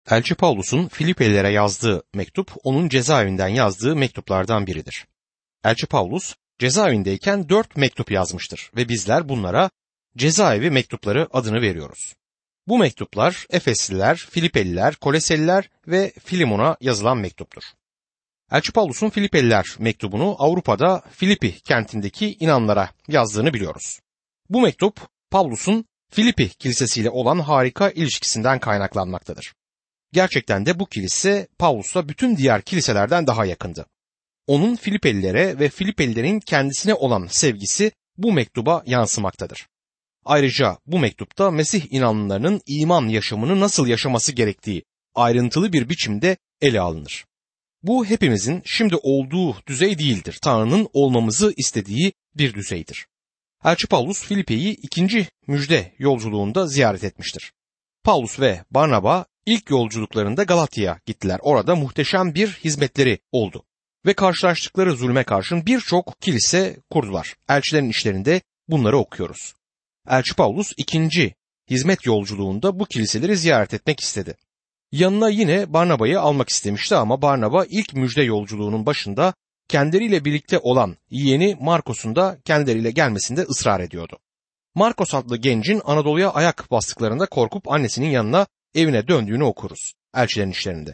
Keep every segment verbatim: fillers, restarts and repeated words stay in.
Elçi Pavlus'un Filipelilere yazdığı mektup, onun cezaevinden yazdığı mektuplardan biridir. Elçi Pavlus cezaevindeyken dört mektup yazmıştır ve bizler bunlara cezaevi mektupları adını veriyoruz. Bu mektuplar Efesliler, Filipeliler, Koleseliler ve Filimon'a yazılan mektuptur. Elçi Pavlus'un Filipeliler mektubunu Avrupa'da Filipi kentindeki inanlara yazdığını biliyoruz. Bu mektup Pavlus'un Filipi kilisesiyle olan harika ilişkisinden kaynaklanmaktadır. Gerçekten de bu kilise Pavlus'la bütün diğer kiliselerden daha yakındı. Onun Filipelilere ve Filipelilerin kendisine olan sevgisi bu mektuba yansımaktadır. Ayrıca bu mektupta Mesih inanlılarının iman yaşamını nasıl yaşaması gerektiği ayrıntılı bir biçimde ele alınır. Bu hepimizin şimdi olduğu düzey değildir. Tanrı'nın olmamızı istediği bir düzeydir. Elçi Pavlus Filipi'yi ikinci müjde yolculuğunda ziyaret etmiştir. Pavlus ve Barnaba ilk yolculuklarında Galatya'ya gittiler. Orada muhteşem bir hizmetleri oldu ve karşılaştıkları zulme karşın birçok kilise kurdular. Elçilerin işlerinde bunları okuyoruz. Elçi Pavlus ikinci hizmet yolculuğunda bu kiliseleri ziyaret etmek istedi. Yanına yine Barnaba'yı almak istemişti ama Barnaba ilk müjde yolculuğunun başında kendileriyle birlikte olan yeğeni Markos'un da kendileriyle gelmesinde ısrar ediyordu. Markos adlı gencin Anadolu'ya ayak bastıklarında korkup annesinin yanına evine döndüğünü okuruz elçilerin işlerinde.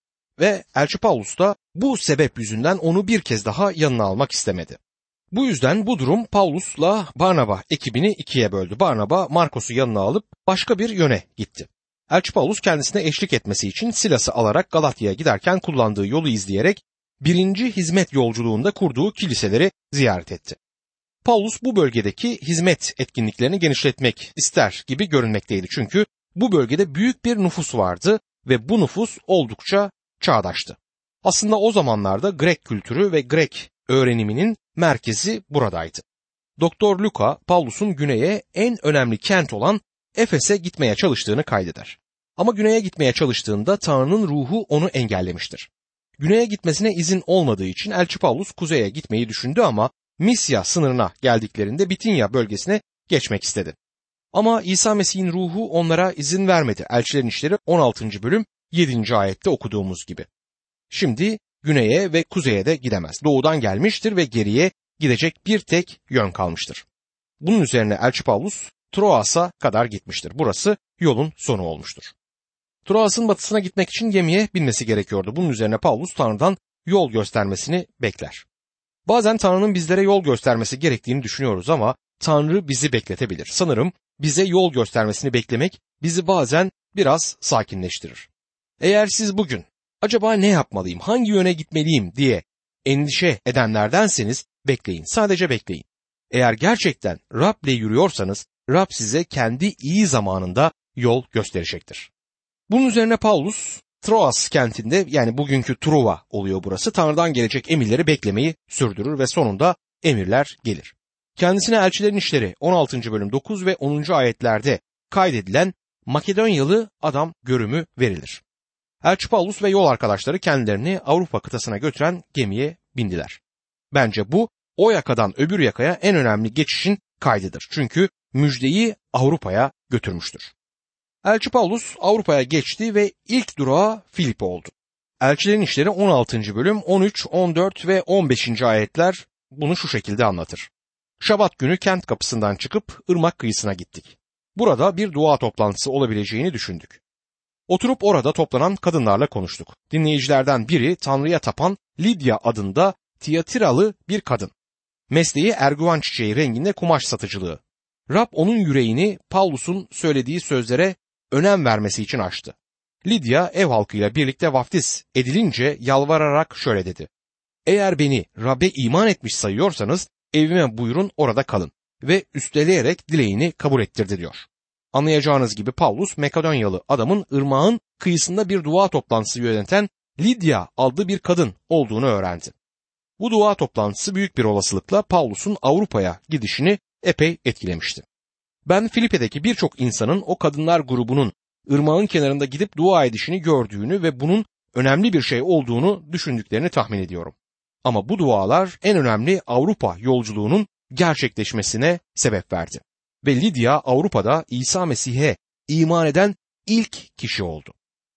Ve Elçi Pavlus da bu sebep yüzünden onu bir kez daha yanına almak istemedi. Bu yüzden bu durum Pavlus'la Barnaba ekibini ikiye böldü. Barnaba Markos'u yanına alıp başka bir yöne gitti. Elçi Pavlus kendisine eşlik etmesi için Silas'ı alarak Galatya'ya giderken kullandığı yolu izleyerek birinci hizmet yolculuğunda kurduğu kiliseleri ziyaret etti. Pavlus bu bölgedeki hizmet etkinliklerini genişletmek ister gibi görünmekteydi. Çünkü bu bölgede büyük bir nüfus vardı ve bu nüfus oldukça çağdaştı. Aslında o zamanlarda Grek kültürü ve Grek öğreniminin merkezi buradaydı. Doktor Luka, Pavlus'un güneye en önemli kent olan Efes'e gitmeye çalıştığını kaydeder. Ama güneye gitmeye çalıştığında Tanrı'nın ruhu onu engellemiştir. Güneye gitmesine izin olmadığı için Elçi Pavlus kuzeye gitmeyi düşündü ama Misya sınırına geldiklerinde Bitinya bölgesine geçmek istedi. Ama İsa Mesih'in ruhu onlara izin vermedi. Elçilerin İşleri on altıncı bölüm yedinci ayette okuduğumuz gibi. Şimdi güneye ve kuzeye de gidemez. Doğudan gelmiştir ve geriye gidecek bir tek yön kalmıştır. Bunun üzerine Elçi Pavlus Troas'a kadar gitmiştir. Burası yolun sonu olmuştur. Troas'ın batısına gitmek için gemiye binmesi gerekiyordu. Bunun üzerine Pavlus Tanrı'dan yol göstermesini bekler. Bazen Tanrı'nın bizlere yol göstermesi gerektiğini düşünüyoruz ama Tanrı bizi bekletebilir. Sanırım bize yol göstermesini beklemek bizi bazen biraz sakinleştirir. Eğer siz bugün acaba ne yapmalıyım, hangi yöne gitmeliyim diye endişe edenlerdenseniz bekleyin, sadece bekleyin. Eğer gerçekten Rab'le yürüyorsanız Rab size kendi iyi zamanında yol gösterecektir. Bunun üzerine Pavlus Troas kentinde, yani bugünkü Truva oluyor burası, Tanrı'dan gelecek emirleri beklemeyi sürdürür ve sonunda emirler gelir. Kendisine Elçilerin İşleri on altıncı bölüm dokuz ve onuncu ayetlerde kaydedilen Makedonyalı adam görümü verilir. Elçi Pavlus ve yol arkadaşları kendilerini Avrupa kıtasına götüren gemiye bindiler. Bence bu o yakadan öbür yakaya en önemli geçişin kaydıdır. Çünkü müjdeyi Avrupa'ya götürmüştür. Elçi Pavlus Avrupa'ya geçti ve ilk durağı Filipi oldu. Elçilerin İşleri on altıncı bölüm on üç, on dört ve on beşinci ayetler bunu şu şekilde anlatır. Şabat günü kent kapısından çıkıp ırmak kıyısına gittik. Burada bir dua toplantısı olabileceğini düşündük. Oturup orada toplanan kadınlarla konuştuk. Dinleyicilerden biri Tanrı'ya tapan Lidya adında Tiyatiralı bir kadın. Mesleği erguvan çiçeği renginde kumaş satıcılığı. Rab onun yüreğini Pavlus'un söylediği sözlere önem vermesi için açtı. Lidya ev halkıyla birlikte vaftiz edilince yalvararak şöyle dedi. Eğer beni Rab'be iman etmiş sayıyorsanız evime buyurun, orada kalın ve üsteleyerek dileğini kabul ettirdi diyor. Anlayacağınız gibi Pavlus Makedonyalı adamın ırmağın kıyısında bir dua toplantısı yöneten Lidya adlı bir kadın olduğunu öğrendi. Bu dua toplantısı büyük bir olasılıkla Pavlus'un Avrupa'ya gidişini epey etkilemişti. Ben Filipi'deki birçok insanın o kadınlar grubunun ırmağın kenarında gidip dua edişini gördüğünü ve bunun önemli bir şey olduğunu düşündüklerini tahmin ediyorum. Ama bu dualar en önemli Avrupa yolculuğunun gerçekleşmesine sebep verdi. Ve Lidya Avrupa'da İsa Mesih'e iman eden ilk kişi oldu.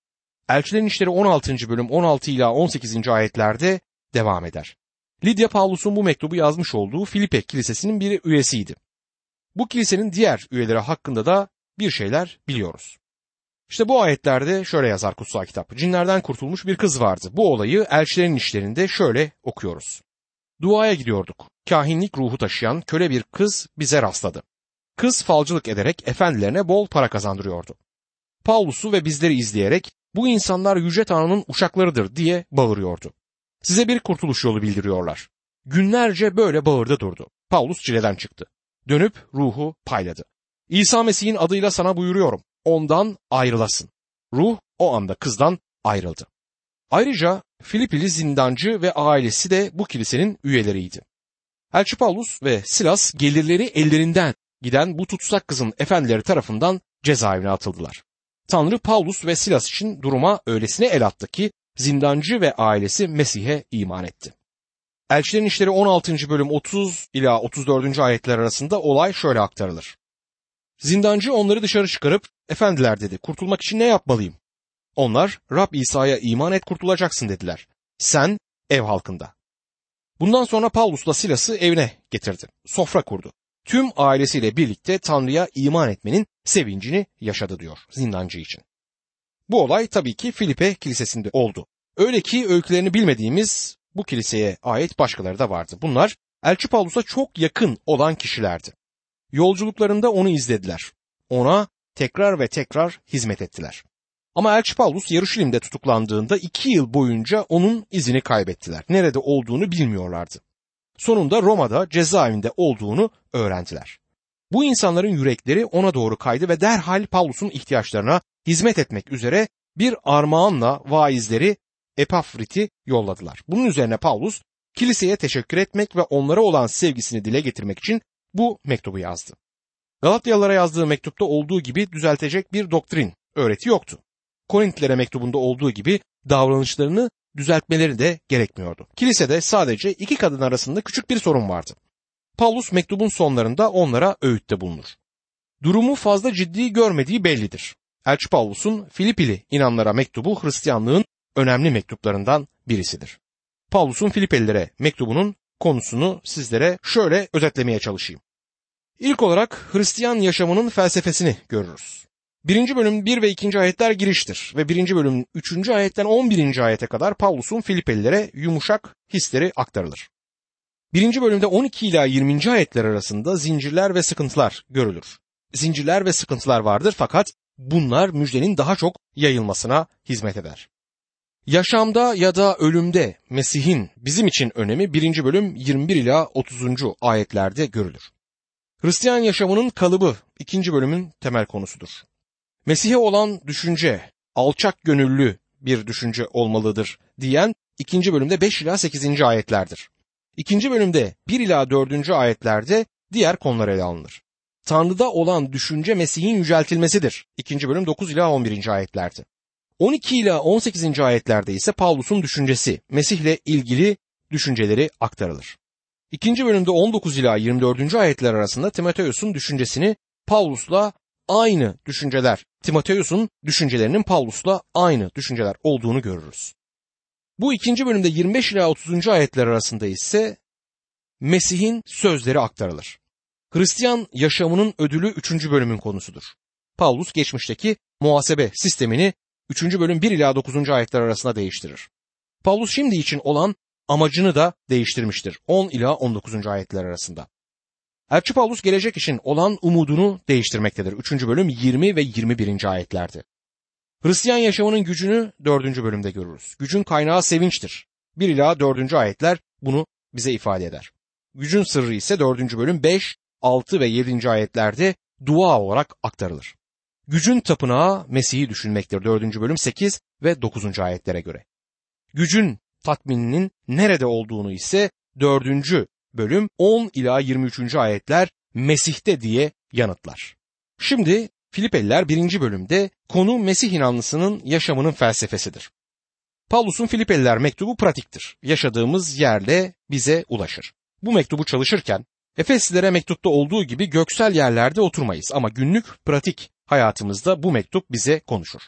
Elçilerin İşleri on altıncı bölüm on altı ila on sekizinci ayetlerde devam eder. Lidya Pavlus'un bu mektubu yazmış olduğu Filipe Kilisesi'nin bir üyesiydi. Bu kilisenin diğer üyeleri hakkında da bir şeyler biliyoruz. İşte bu ayetlerde şöyle yazar kutsal kitap. Cinlerden kurtulmuş bir kız vardı. Bu olayı Elçilerin İşlerinde şöyle okuyoruz. Duaya gidiyorduk. Kahinlik ruhu taşıyan köle bir kız bize rastladı. Kız falcılık ederek efendilerine bol para kazandırıyordu. Pavlus'u ve bizleri izleyerek bu insanlar Yüce Tanrı'nın uşaklarıdır diye bağırıyordu. Size bir kurtuluş yolu bildiriyorlar. Günlerce böyle bağırdı durdu. Pavlus çileden çıktı. Dönüp ruhu payladı. İsa Mesih'in adıyla sana buyuruyorum. Ondan ayrılasın. Ruh o anda kızdan ayrıldı. Ayrıca Filipili zindancı ve ailesi de bu kilisenin üyeleriydi. Elçi Pavlus ve Silas gelirleri ellerinden giden bu tutsak kızın efendileri tarafından cezaevine atıldılar. Tanrı Pavlus ve Silas için duruma öylesine el attı ki zindancı ve ailesi Mesih'e iman etti. Elçilerin İşleri on altıncı bölüm otuz ila otuz dördüncü ayetler arasında olay şöyle aktarılır. Zindancı onları dışarı çıkarıp, efendiler dedi, kurtulmak için ne yapmalıyım? Onlar, Rab İsa'ya iman et kurtulacaksın dediler. Sen, ev halkında. Bundan sonra Pavlus'la Silas'ı evine getirdi. Sofra kurdu. Tüm ailesiyle birlikte Tanrı'ya iman etmenin sevincini yaşadı diyor zindancı için. Bu olay tabii ki Filipe Kilisesi'nde oldu. Öyle ki öykülerini bilmediğimiz bu kiliseye ait başkaları da vardı. Bunlar Elçi Pavlus'a çok yakın olan kişilerdi. Yolculuklarında onu izlediler. Ona tekrar ve tekrar hizmet ettiler. Ama Elçi Pavlus Yaruşilim'de tutuklandığında iki yıl boyunca onun izini kaybettiler. Nerede olduğunu bilmiyorlardı. Sonunda Roma'da cezaevinde olduğunu öğrendiler. Bu insanların yürekleri ona doğru kaydı ve derhal Pavlus'un ihtiyaçlarına hizmet etmek üzere bir armağanla vaizleri Epafrit'i yolladılar. Bunun üzerine Pavlus kiliseye teşekkür etmek ve onlara olan sevgisini dile getirmek için bu mektubu yazdı. Galatyalılara yazdığı mektupta olduğu gibi düzeltecek bir doktrin, öğreti yoktu. Korintlilere mektubunda olduğu gibi davranışlarını düzeltmeleri de gerekmiyordu. Kilisede sadece iki kadın arasında küçük bir sorun vardı. Pavlus mektubun sonlarında onlara öğütte bulunur. Durumu fazla ciddi görmediği bellidir. Elçi Pavlus'un Filipili inanlara mektubu Hristiyanlığın önemli mektuplarından birisidir. Pavlus'un Filipelilere mektubunun konusunu sizlere şöyle özetlemeye çalışayım. İlk olarak Hristiyan yaşamının felsefesini görürüz. Birinci bölüm bir ve ikinci ayetler giriştir ve birinci bölüm üçüncü ayetten on birinci ayete kadar Pavlus'un Filipelilere yumuşak hisleri aktarılır. Birinci bölümde on iki ila yirminci ayetler arasında zincirler ve sıkıntılar görülür. Zincirler ve sıkıntılar vardır fakat bunlar müjdenin daha çok yayılmasına hizmet eder. Yaşamda ya da ölümde Mesih'in bizim için önemi birinci bölüm yirmi bir ila otuzuncu ayetlerde görülür. Hristiyan yaşamının kalıbı ikinci bölümün temel konusudur. Mesih'e olan düşünce alçak gönüllü bir düşünce olmalıdır diyen ikinci bölümde beş ila sekizinci ayetlerdir. İkinci bölümde bir ila dördüncü ayetlerde diğer konular ele alınır. Tanrı'da olan düşünce Mesih'in yüceltilmesidir. İkinci bölüm dokuz ila on birinci ayetlerde. on iki ila on sekizinci ayetlerde ise Pavlus'un düşüncesi, Mesih'le ilgili düşünceleri aktarılır. İkinci bölümde on dokuz ila yirmi dördüncü ayetler arasında Timoteus'un düşüncesini Pavlus'la aynı düşünceler, Timoteus'un düşüncelerinin Pavlus'la aynı düşünceler olduğunu görürüz. Bu ikinci bölümde yirmi beş ila otuzuncu ayetler arasında ise Mesih'in sözleri aktarılır. Hristiyan yaşamının ödülü üçüncü bölümün konusudur. Pavlus geçmişteki muhasebe sistemini üçüncü bölüm bir ila dokuzuncu ayetler arasında değiştirir. Pavlus şimdi için olan amacını da değiştirmiştir on ila on dokuzuncu ayetler arasında. Elçi Pavlus gelecek için olan umudunu değiştirmektedir. üçüncü bölüm yirmi ve yirmi birinci ayetlerde. Hristiyan yaşamının gücünü dördüncü bölümde görürüz. Gücün kaynağı sevinçtir. bir ila dördüncü ayetler bunu bize ifade eder. Gücün sırrı ise dördüncü bölüm beş, altı ve yedinci ayetlerde dua olarak aktarılır. Gücün tapınağı Mesih'i düşünmektir. dördüncü bölüm sekiz ve dokuzuncu ayetlere göre. Gücün tatmininin nerede olduğunu ise dördüncü bölüm on ila yirmi üçüncü ayetler Mesih'te diye yanıtlar. Şimdi Filipeliler birinci bölümde konu Mesih inanlısının yaşamının felsefesidir. Pavlus'un Filipeliler mektubu pratiktir. Yaşadığımız yerle bize ulaşır. Bu mektubu çalışırken Efeslilere mektupta olduğu gibi göksel yerlerde oturmayız ama günlük pratik hayatımızda bu mektup bize konuşur.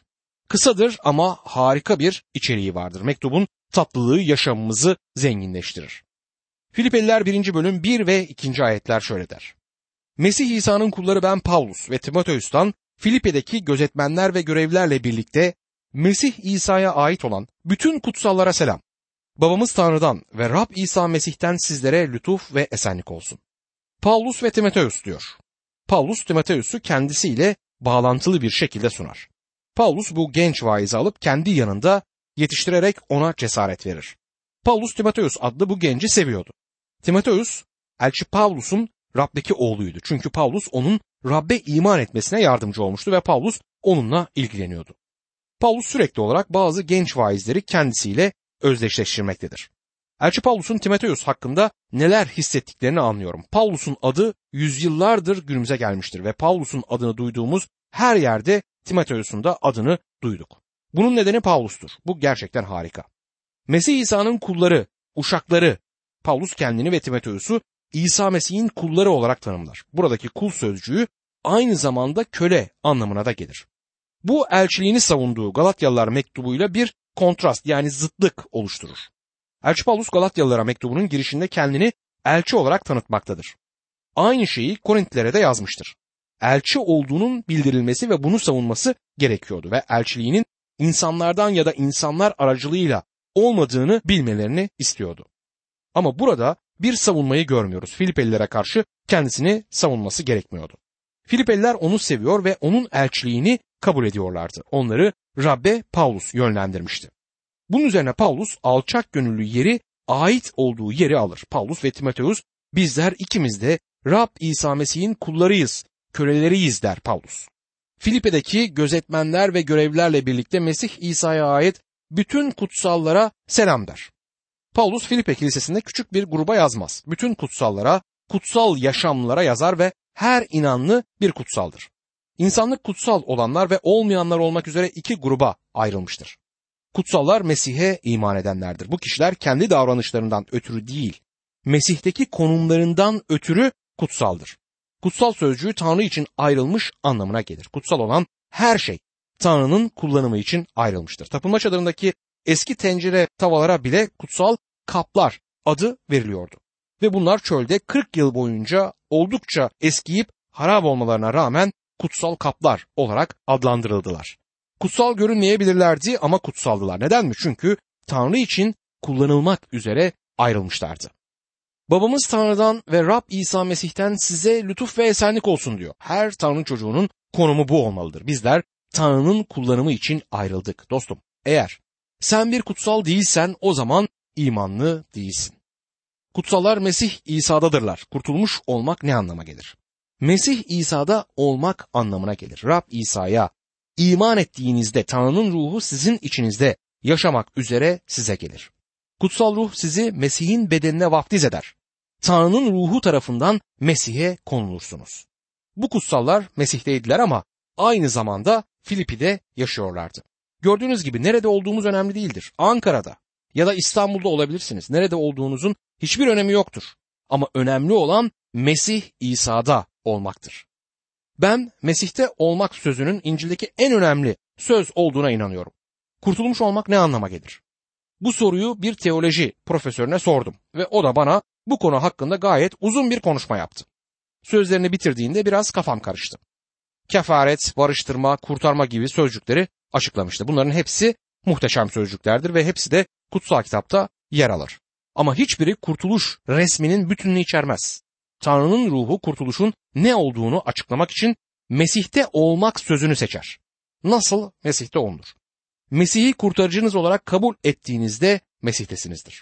Kısadır ama harika bir içeriği vardır. Mektubun tatlılığı yaşamımızı zenginleştirir. Filipeliler birinci bölüm bir ve ikinci ayetler şöyle der. Mesih İsa'nın kulları ben Pavlus ve Timoteus'tan Filipi'deki gözetmenler ve görevlilerle birlikte Mesih İsa'ya ait olan bütün kutsallara selam. Babamız Tanrı'dan ve Rab İsa Mesih'ten sizlere lütuf ve esenlik olsun. Pavlus ve Timoteus diyor. Pavlus Timoteus'u kendisiyle bağlantılı bir şekilde sunar. Pavlus bu genç vaizi alıp kendi yanında yetiştirerek ona cesaret verir. Pavlus Timoteus adlı bu genci seviyordu. Timoteus, elçi Pavlus'un Rab'deki oğluydu. Çünkü Pavlus onun Rab'be iman etmesine yardımcı olmuştu ve Pavlus onunla ilgileniyordu. Pavlus sürekli olarak bazı genç vaizleri kendisiyle özdeşleştirmektedir. Elçi Pavlus'un Timoteus hakkında neler hissettiklerini anlıyorum. Pavlus'un adı yüzyıllardır günümüze gelmiştir ve Pavlus'un adını duyduğumuz her yerde Timoteus'un da adını duyduk. Bunun nedeni Pavlus'tur. Bu gerçekten harika. Mesih İsa'nın kulları, uşakları, Pavlus kendini ve Timoteus'u İsa Mesih'in kulları olarak tanımlar. Buradaki kul sözcüğü aynı zamanda köle anlamına da gelir. Bu elçiliğini savunduğu Galatyalılar mektubuyla bir kontrast yani zıtlık oluşturur. Elçi Pavlus Galatyalılara mektubunun girişinde kendini elçi olarak tanıtmaktadır. Aynı şeyi Korintlilere de yazmıştır. Elçi olduğunun bildirilmesi ve bunu savunması gerekiyordu ve elçiliğinin insanlardan ya da insanlar aracılığıyla olmadığını bilmelerini istiyordu. Ama burada bir savunmayı görmüyoruz. Filipelilere karşı kendisini savunması gerekmiyordu. Filipeliler onu seviyor ve onun elçiliğini kabul ediyorlardı. Onları Rabbe Pavlus yönlendirmişti. Bunun üzerine Pavlus alçak gönüllü yeri ait olduğu yeri alır. Pavlus ve Timoteus bizler ikimiz de Rab İsa Mesih'in kullarıyız, köleleriyiz der Pavlus. Filipe'deki gözetmenler ve görevlilerle birlikte Mesih İsa'ya ait bütün kutsallara selam der. Pavlus Filipe kilisesinde küçük bir gruba yazmaz. Bütün kutsallara, kutsal yaşamlılara yazar ve her inanlı bir kutsaldır. İnsanlık kutsal olanlar ve olmayanlar olmak üzere iki gruba ayrılmıştır. Kutsallar Mesih'e iman edenlerdir. Bu kişiler kendi davranışlarından ötürü değil, Mesih'teki konumlarından ötürü kutsaldır. Kutsal sözcüğü Tanrı için ayrılmış anlamına gelir. Kutsal olan her şey Tanrı'nın kullanımı için ayrılmıştır. Tapınma çadırındaki eski tencere tavalara bile kutsal kaplar adı veriliyordu. Ve bunlar çölde kırk yıl boyunca oldukça eskiyip harap olmalarına rağmen kutsal kaplar olarak adlandırıldılar. Kutsal görünmeyebilirlerdi ama kutsaldılar. Neden mi? Çünkü Tanrı için kullanılmak üzere ayrılmışlardı. Babamız Tanrı'dan ve Rab İsa Mesih'ten size lütuf ve esenlik olsun diyor. Her Tanrı çocuğunun konumu bu olmalıdır. Bizler Tanrı'nın kullanımı için ayrıldık. Dostum, eğer sen bir kutsal değilsen o zaman imanlı değilsin. Kutsallar Mesih İsa'dadırlar. Kurtulmuş olmak ne anlama gelir? Mesih İsa'da olmak anlamına gelir. Rab İsa'ya iman ettiğinizde Tanrı'nın ruhu sizin içinizde yaşamak üzere size gelir. Kutsal ruh sizi Mesih'in bedenine vaftiz eder. Tanrı'nın ruhu tarafından Mesih'e konulursunuz. Bu kutsallar Mesih'teydiler ama aynı zamanda Filipi'de yaşıyorlardı. Gördüğünüz gibi nerede olduğumuz önemli değildir. Ankara'da ya da İstanbul'da olabilirsiniz. Nerede olduğunuzun hiçbir önemi yoktur. Ama önemli olan Mesih İsa'da olmaktır. Ben Mesih'te olmak sözünün İncil'deki en önemli söz olduğuna inanıyorum. Kurtulmuş olmak ne anlama gelir? Bu soruyu bir teoloji profesörüne sordum ve o da bana bu konu hakkında gayet uzun bir konuşma yaptı. Sözlerini bitirdiğinde biraz kafam karıştı. Kefaret, barıştırma, kurtarma gibi sözcükleri açıklamıştı. Bunların hepsi muhteşem sözcüklerdir ve hepsi de kutsal kitapta yer alır. Ama hiçbiri kurtuluş resminin bütününü içermez. Tanrı'nın ruhu kurtuluşun ne olduğunu açıklamak için Mesih'te olmak sözünü seçer. Nasıl Mesih'te olunur? Mesih'i kurtarıcınız olarak kabul ettiğinizde Mesih'tesinizdir.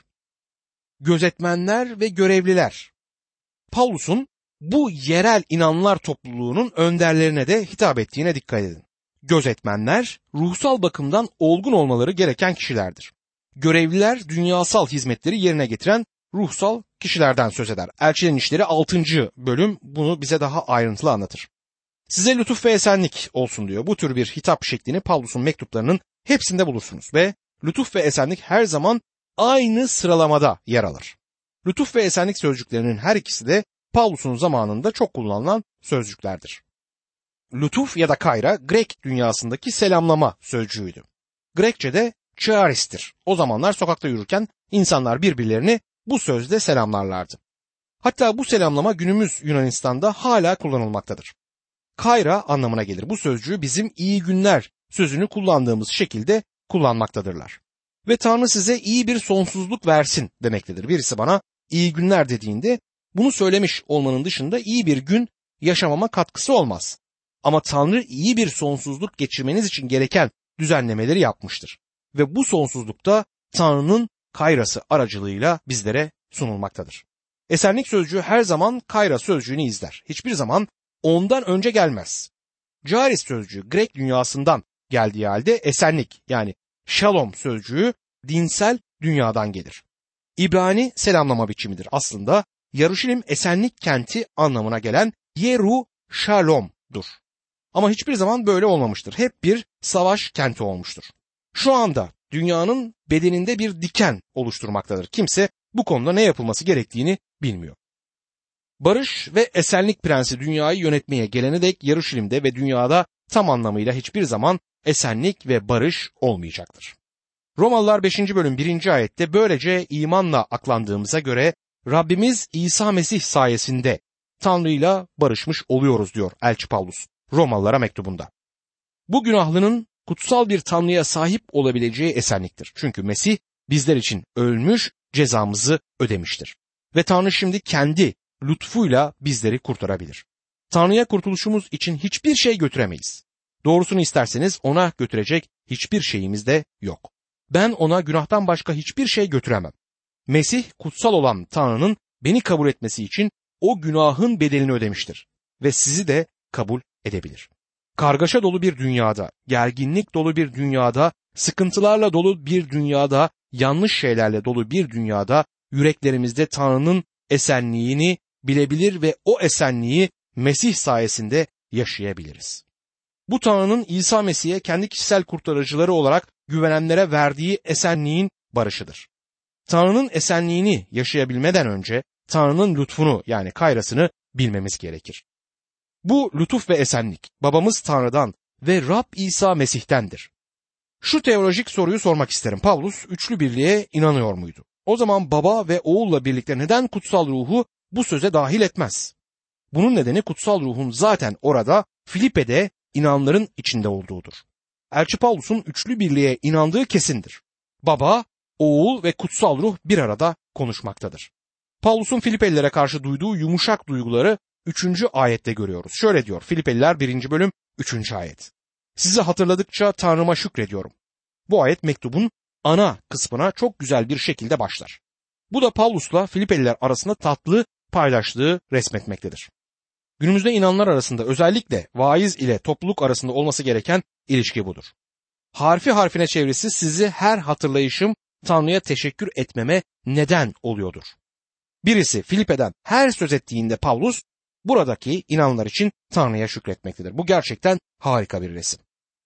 Gözetmenler ve görevliler. Pavlus'un bu yerel inanlar topluluğunun önderlerine de hitap ettiğine dikkat edin. Gözetmenler ruhsal bakımdan olgun olmaları gereken kişilerdir. Görevliler dünyasal hizmetleri yerine getiren ruhsal kişilerden söz eder. Elçilerin İşleri altıncı bölüm bunu bize daha ayrıntılı anlatır. Size lütuf ve esenlik olsun diyor. Bu tür bir hitap şeklini Pavlus'un mektuplarının hepsinde bulursunuz ve lütuf ve esenlik her zaman aynı sıralamada yer alır. Lütuf ve esenlik sözcüklerinin her ikisi de Pavlus'un zamanında çok kullanılan sözcüklerdir. lütuf ya da kayra Grek dünyasındaki selamlama sözcüğüydü. Grekçe'de charis'tir. O zamanlar sokakta yürürken insanlar birbirlerini bu sözle selamlarlardı. Hatta bu selamlama günümüz Yunanistan'da hala kullanılmaktadır. Kayra anlamına gelir. Bu sözcüğü bizim iyi günler sözünü kullandığımız şekilde kullanmaktadırlar. Ve Tanrı size iyi bir sonsuzluk versin demektedir. Birisi bana iyi günler dediğinde bunu söylemiş olmanın dışında iyi bir gün yaşamama katkısı olmaz. Ama Tanrı iyi bir sonsuzluk geçirmeniz için gereken düzenlemeleri yapmıştır. Ve bu sonsuzlukta Tanrı'nın kayrası aracılığıyla bizlere sunulmaktadır. Esenlik sözcüğü her zaman kayra sözcüğünü izler. Hiçbir zaman ondan önce gelmez. Charis sözcüğü Grek dünyasından geldiği halde esenlik yani shalom sözcüğü dinsel dünyadan gelir. İbrani selamlama biçimidir. Aslında Yaruşilim esenlik kenti anlamına gelen Yeru Shalom'dur. Ama hiçbir zaman böyle olmamıştır. Hep bir savaş kenti olmuştur. Şu anda dünyanın bedeninde bir diken oluşturmaktadır. Kimse bu konuda ne yapılması gerektiğini bilmiyor. Barış ve esenlik prensi dünyayı yönetmeye gelene dek Yaruşilim'de ve dünyada tam anlamıyla hiçbir zaman esenlik ve barış olmayacaktır. Romalılar beşinci bölüm birinci ayette böylece imanla aklandığımıza göre Rabbimiz İsa Mesih sayesinde Tanrı'yla barışmış oluyoruz diyor Elçi Pavlus Romalılara mektubunda. Bu günahlının kutsal bir Tanrı'ya sahip olabileceği esenliktir. Çünkü Mesih bizler için ölmüş, cezamızı ödemiştir. Ve Tanrı şimdi kendi lütfuyla bizleri kurtarabilir. Tanrı'ya kurtuluşumuz için hiçbir şey götüremeyiz. Doğrusunu isterseniz ona götürecek hiçbir şeyimiz de yok. Ben ona günahtan başka hiçbir şey götüremem. Mesih kutsal olan Tanrı'nın beni kabul etmesi için o günahın bedelini ödemiştir ve sizi de kabul edebilir. Kargaşa dolu bir dünyada, gerginlik dolu bir dünyada, sıkıntılarla dolu bir dünyada, yanlış şeylerle dolu bir dünyada yüreklerimizde Tanrı'nın esenliğini bilebilir ve o esenliği Mesih sayesinde yaşayabiliriz. Bu Tanrı'nın İsa Mesih'e kendi kişisel kurtarıcıları olarak güvenenlere verdiği esenliğin barışıdır. Tanrı'nın esenliğini yaşayabilmeden önce Tanrı'nın lütfunu yani kayrasını bilmemiz gerekir. Bu lütuf ve esenlik babamız Tanrı'dan ve Rab İsa Mesih'tendir. Şu teolojik soruyu sormak isterim. Pavlus üçlü birliğe inanıyor muydu? O zaman baba ve oğulla birlikte neden kutsal ruhu bu söze dahil etmez? Bunun nedeni kutsal ruhun zaten orada Filipe'de inanların içinde olduğudur. Elçi Pavlus'un üçlü birliğe inandığı kesindir. Baba, oğul ve kutsal ruh bir arada konuşmaktadır. Pavlus'un Filipelilere karşı duyduğu yumuşak duyguları üçüncü ayette görüyoruz. Şöyle diyor Filipeliler birinci bölüm üçüncü ayet. Sizi hatırladıkça Tanrı'ma şükrediyorum. Bu ayet mektubun ana kısmına çok güzel bir şekilde başlar. Bu da Pavlus'la Filipeliler arasında tatlı paylaştığı resmetmektedir. Günümüzde inananlar arasında özellikle vaiz ile topluluk arasında olması gereken ilişki budur. Harfi harfine çevirisi sizi her hatırlayışım Tanrı'ya teşekkür etmeme neden oluyordur. Birisi Filipe'den her söz ettiğinde Pavlus buradaki inananlar için Tanrı'ya şükretmektedir. Bu gerçekten harika bir resim.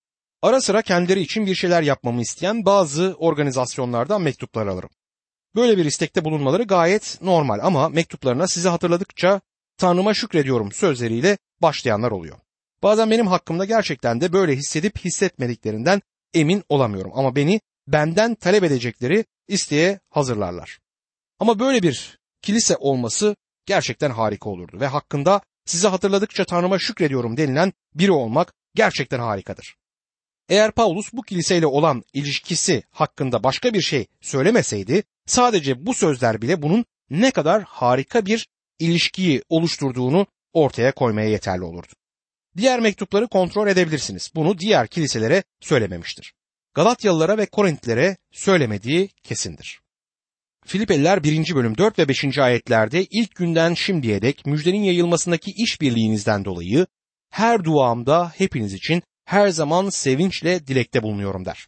Ara sıra kendileri için bir şeyler yapmamı isteyen bazı organizasyonlardan mektuplar alırım. Böyle bir istekte bulunmaları gayet normal ama mektuplarına sizi hatırladıkça Tanrı'ma şükrediyorum sözleriyle başlayanlar oluyor. Bazen benim hakkımda gerçekten de böyle hissedip hissetmediklerinden emin olamıyorum ama beni benden talep edecekleri isteğe hazırlarlar. Ama böyle bir kilise olması gerçekten harika olurdu ve hakkında sizi hatırladıkça Tanrı'ma şükrediyorum denilen biri olmak gerçekten harikadır. Eğer Pavlus bu kiliseyle olan ilişkisi hakkında başka bir şey söylemeseydi, sadece bu sözler bile bunun ne kadar harika bir ilişkiyi oluşturduğunu ortaya koymaya yeterli olurdu. Diğer mektupları kontrol edebilirsiniz. Bunu diğer kiliselere söylememiştir. Galatyalılara ve Korintlilere söylemediği kesindir. Filipeliler birinci bölüm dört ve beşinci ayetlerde ilk günden şimdiye dek müjdenin yayılmasındaki işbirliğinizden dolayı her duamda hepiniz için her zaman sevinçle dilekte bulunuyorum der.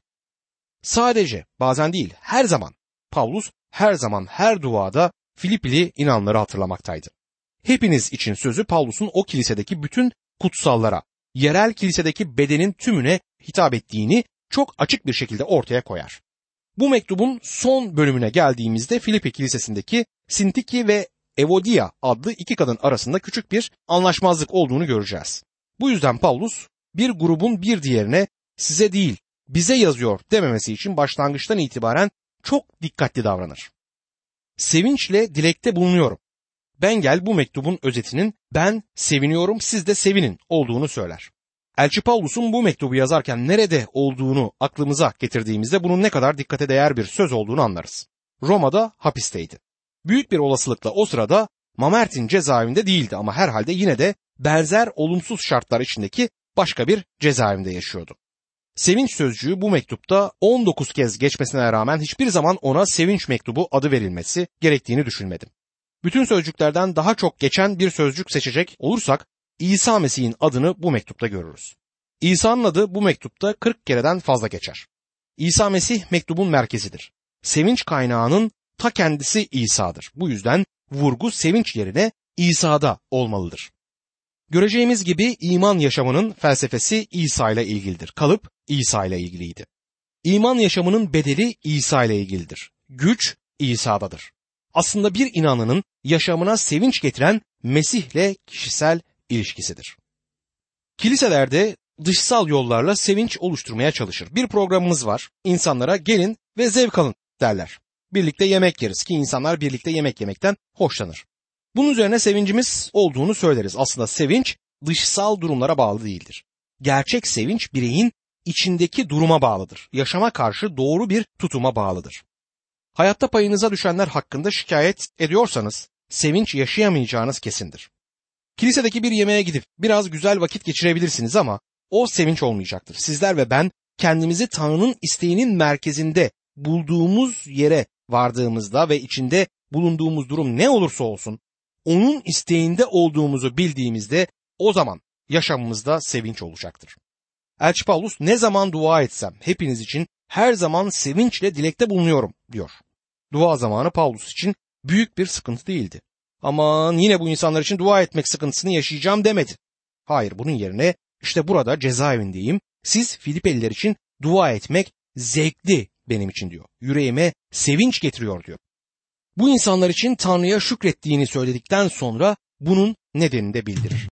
Sadece bazen değil her zaman Pavlus her zaman her duada Filipili inanları hatırlamaktaydı. Hepiniz için sözü Pavlus'un o kilisedeki bütün kutsallara, yerel kilisedeki bedenin tümüne hitap ettiğini çok açık bir şekilde ortaya koyar. Bu mektubun son bölümüne geldiğimizde Filipi kilisesindeki Sintiki ve Evodia adlı iki kadın arasında küçük bir anlaşmazlık olduğunu göreceğiz. Bu yüzden Pavlus bir grubun bir diğerine size değil bize yazıyor dememesi için başlangıçtan itibaren çok dikkatli davranır. Sevinçle dilekte bulunuyorum. Bengel bu mektubun özetinin ben seviniyorum siz de sevinin olduğunu söyler. Elçi Pavlus'un bu mektubu yazarken nerede olduğunu aklımıza getirdiğimizde bunun ne kadar dikkate değer bir söz olduğunu anlarız. Roma'da hapisteydi. Büyük bir olasılıkla o sırada Mamertin cezaevinde değildi ama herhalde yine de benzer olumsuz şartlar içindeki başka bir cezaevinde yaşıyordu. Sevinç sözcüğü bu mektupta on dokuz kez geçmesine rağmen hiçbir zaman ona sevinç mektubu adı verilmesi gerektiğini düşünmedim. Bütün sözcüklerden daha çok geçen bir sözcük seçecek olursak İsa Mesih'in adını bu mektupta görürüz. İsa'nın adı bu mektupta kırk kereden fazla geçer. İsa Mesih mektubun merkezidir. Sevinç kaynağının ta kendisi İsa'dır. Bu yüzden vurgu sevinç yerine İsa'da olmalıdır. Göreceğimiz gibi iman yaşamının felsefesi İsa ile ilgilidir. Kalıp İsa ile ilgiliydi. İman yaşamının bedeli İsa ile ilgilidir. Güç İsa'dadır. Aslında bir inananın yaşamına sevinç getiren Mesih'le kişisel ilişkisidir. Kiliselerde dışsal yollarla sevinç oluşturmaya çalışır. Bir programımız var. İnsanlara gelin ve zevk alın derler. Birlikte yemek yeriz ki insanlar birlikte yemek yemekten hoşlanır. Bunun üzerine sevincimiz olduğunu söyleriz. Aslında sevinç dışsal durumlara bağlı değildir. Gerçek sevinç bireyin içindeki duruma bağlıdır. Yaşama karşı doğru bir tutuma bağlıdır. Hayatta payınıza düşenler hakkında şikayet ediyorsanız sevinç yaşayamayacağınız kesindir. Kilisedeki bir yemeğe gidip biraz güzel vakit geçirebilirsiniz ama o sevinç olmayacaktır. Sizler ve ben kendimizi Tanrı'nın isteğinin merkezinde bulduğumuz yere vardığımızda ve içinde bulunduğumuz durum ne olursa olsun onun isteğinde olduğumuzu bildiğimizde o zaman yaşamımızda sevinç olacaktır. Elçi Pavlus ne zaman dua etsem hepiniz için her zaman sevinçle dilekte bulunuyorum diyor. Dua zamanı Pavlus için büyük bir sıkıntı değildi. Aman yine bu insanlar için dua etmek sıkıntısını yaşayacağım demedi. Hayır, bunun yerine işte burada cezaevindeyim. Siz Filipeliler için dua etmek zevkli benim için diyor. Yüreğime sevinç getiriyor diyor. Bu insanlar için Tanrı'ya şükrettiğini söyledikten sonra bunun nedenini de bildirir.